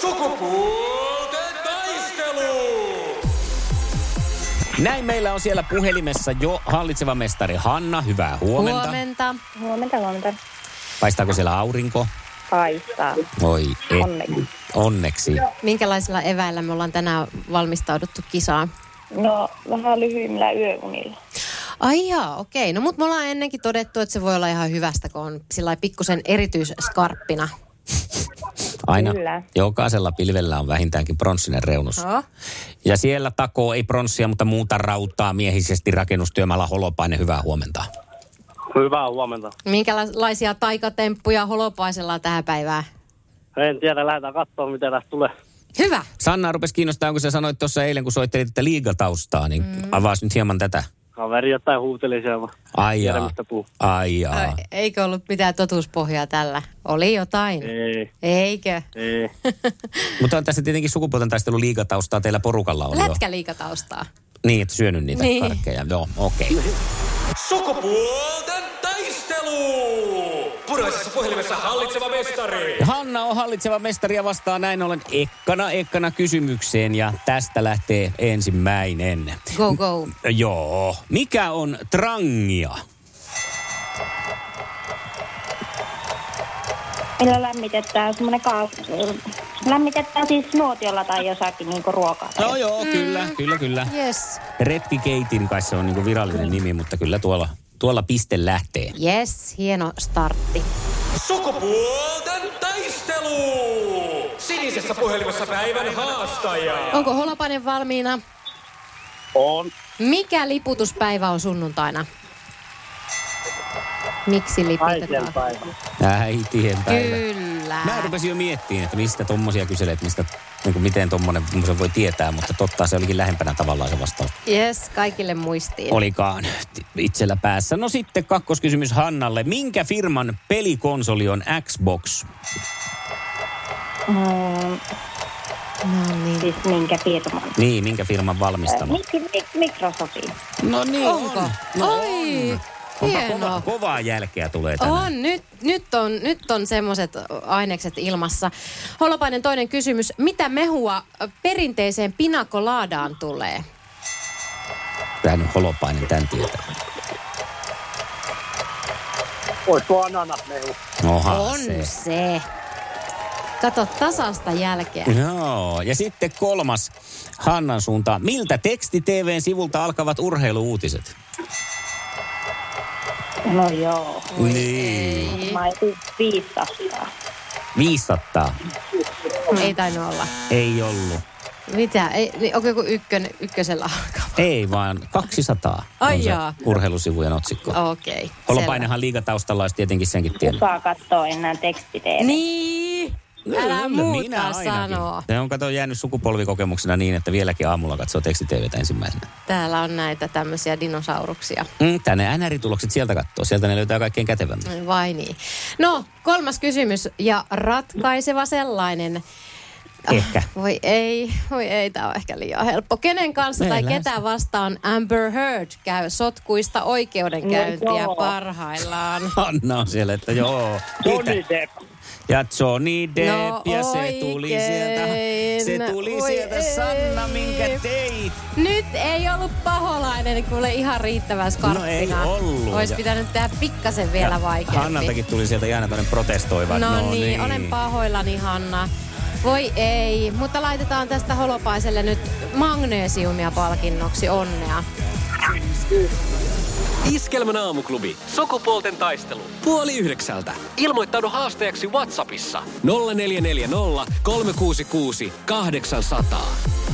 Sukupuolten taistelu! Näin meillä on siellä puhelimessa jo hallitseva mestari Hanna. Hyvää huomenta. Huomenta. Paistaako siellä aurinko? Paistaa. Oi, onneksi. Minkälaisilla eväillä me ollaan tänään valmistauduttu kisaan? No, vähän lyhyimmillä yöunilla. Ai jaa, okei. No mut me ollaan ennenkin todettu, että se voi olla ihan hyvästä, kun on sillä pikkusen erityisskarppina. Aina Kyllä. jokaisella pilvellä on vähintäänkin pronssinen reunus. Oh. Ja siellä takoo ei pronssia, mutta muuta rautaa miehisesti rakennustyömaalla Holopainen. Hyvää huomenta. Hyvää huomenta. Minkälaisia taikatemppuja Holopaisella tähän päivään? En tiedä, lähdetään katsomaan, mitä tästä tulee. Hyvä. Sanna rupesi kiinnostaa, kun sä sanoit tuossa eilen, kun soittelit tätä liigataustaa, niin avaas nyt hieman tätä. Kaveri jotain huuteli siellä. Ai jaa. Ai jaa. Eikö ollut mitään totuuspohjaa tällä? Oli jotain. Ei. Eikö? Ei. Mutta on tässä tietenkin sukupuolten taistelu liigataustaa teillä porukalla on jo. Lätkäliikataustaa. Niin, että syönyt niitä Niin. karkkeja. Joo, okei. Sukupuolten taistelu! Punaisessa puhelimessa hallitseva mestari. Hanna on hallitseva mestari ja vastaa näin ollen ekkana kysymykseen ja tästä lähtee ensimmäinen. Go. Joo. Mikä on trangia? Millä lämmitetään semmoinen lämmitetään siis nuotiolla tai jossakin niinku ruokaa. No joo, kyllä. Yes. Retkikeitin kai se on niinku virallinen nimi, mutta kyllä tuolla piste lähtee. Yes, hieno startti. Sukupuolten taistelu! Sinisessä puhelimessa päivän haastaja. Onko Holopainen valmiina? On. Mikä liputuspäivä on sunnuntaina? Miksi liputetaan? Päivä. Äitien päivä. Kyllä. Mä rupesin jo miettimään, että mistä tommosia kyselet, niin miten tommosen voi tietää, mutta totta se olikin lähempänä tavallaan se vastaus. Yes, kaikille muistiin. Olikaan itsellä päässä. No sitten kakkoskysymys Hannalle. Minkä firman pelikonsoli on Xbox? No niin. Siis minkä firman? Niin, minkä firman valmistama? Microsoftin. No niin, Onko? No Oi, on. Onpa hienoa. kovaa jälkeä tulee tänään. On, nyt on semmoiset ainekset ilmassa. Holopainen toinen kysymys. Mitä mehua perinteiseen pinakolaadaan tulee? Kyllähän nyt Holopainen tän tietää. Ois tuo ananasmehu. On se. Kato tasasta jälkeä. Joo, ja sitten kolmas Hannan suuntaan. Miltä teksti-TVn sivulta alkavat urheiluuutiset? No joo. Niin. Mä etin 500. 500. Ei tainnut olla. Ei ollut. Mitä? Onko joku ykkösellä alkaa? Ei vaan 200 Ai on se jaa. urheilusivujen otsikko. Okei. Holopainenhan liigataustalla olisi tietenkin senkin tiennyt. Kuka kattoo enää tekstiteet? Niin. Älä muuta sanoa. Se on kato jäänyt sukupolvikokemuksena niin, että vieläkin aamulla katsoo tekstitevetä ensimmäisenä. Täällä on näitä tämmöisiä dinosauruksia. Tänne NR-tulokset sieltä katsoo. Sieltä ne löytää kaikkein kätevämmän. Vai niin. No, kolmas kysymys ja ratkaiseva sellainen. Ehkä. Voi ei, tää on ehkä liian helppo. Kenen kanssa tai ketä vastaan Amber Heard käy sotkuista oikeudenkäyntiä parhaillaan? Hanna on siellä, että joo. Johnny Depp. Ja Johnny Depp, No ja se tuli sieltä, Sanna, minkä teit. Nyt ei ollut Paholainen, kuule ihan riittävän skarppina. No ei ollut. Ois pitänyt tehdä pikkasen vielä vaikeampi. Hannaltakin tuli sieltä Jaana toinen protestoiva. No niin, olen pahoillani Hanna. Voi ei, mutta laitetaan tästä Holopaiselle nyt magneesiumia palkinnoksi, onnea. Iskelmän aamuklubi. Sukupuolten taistelu. 8:30. Ilmoittaudu haastajaksi WhatsAppissa. 0440 366 800.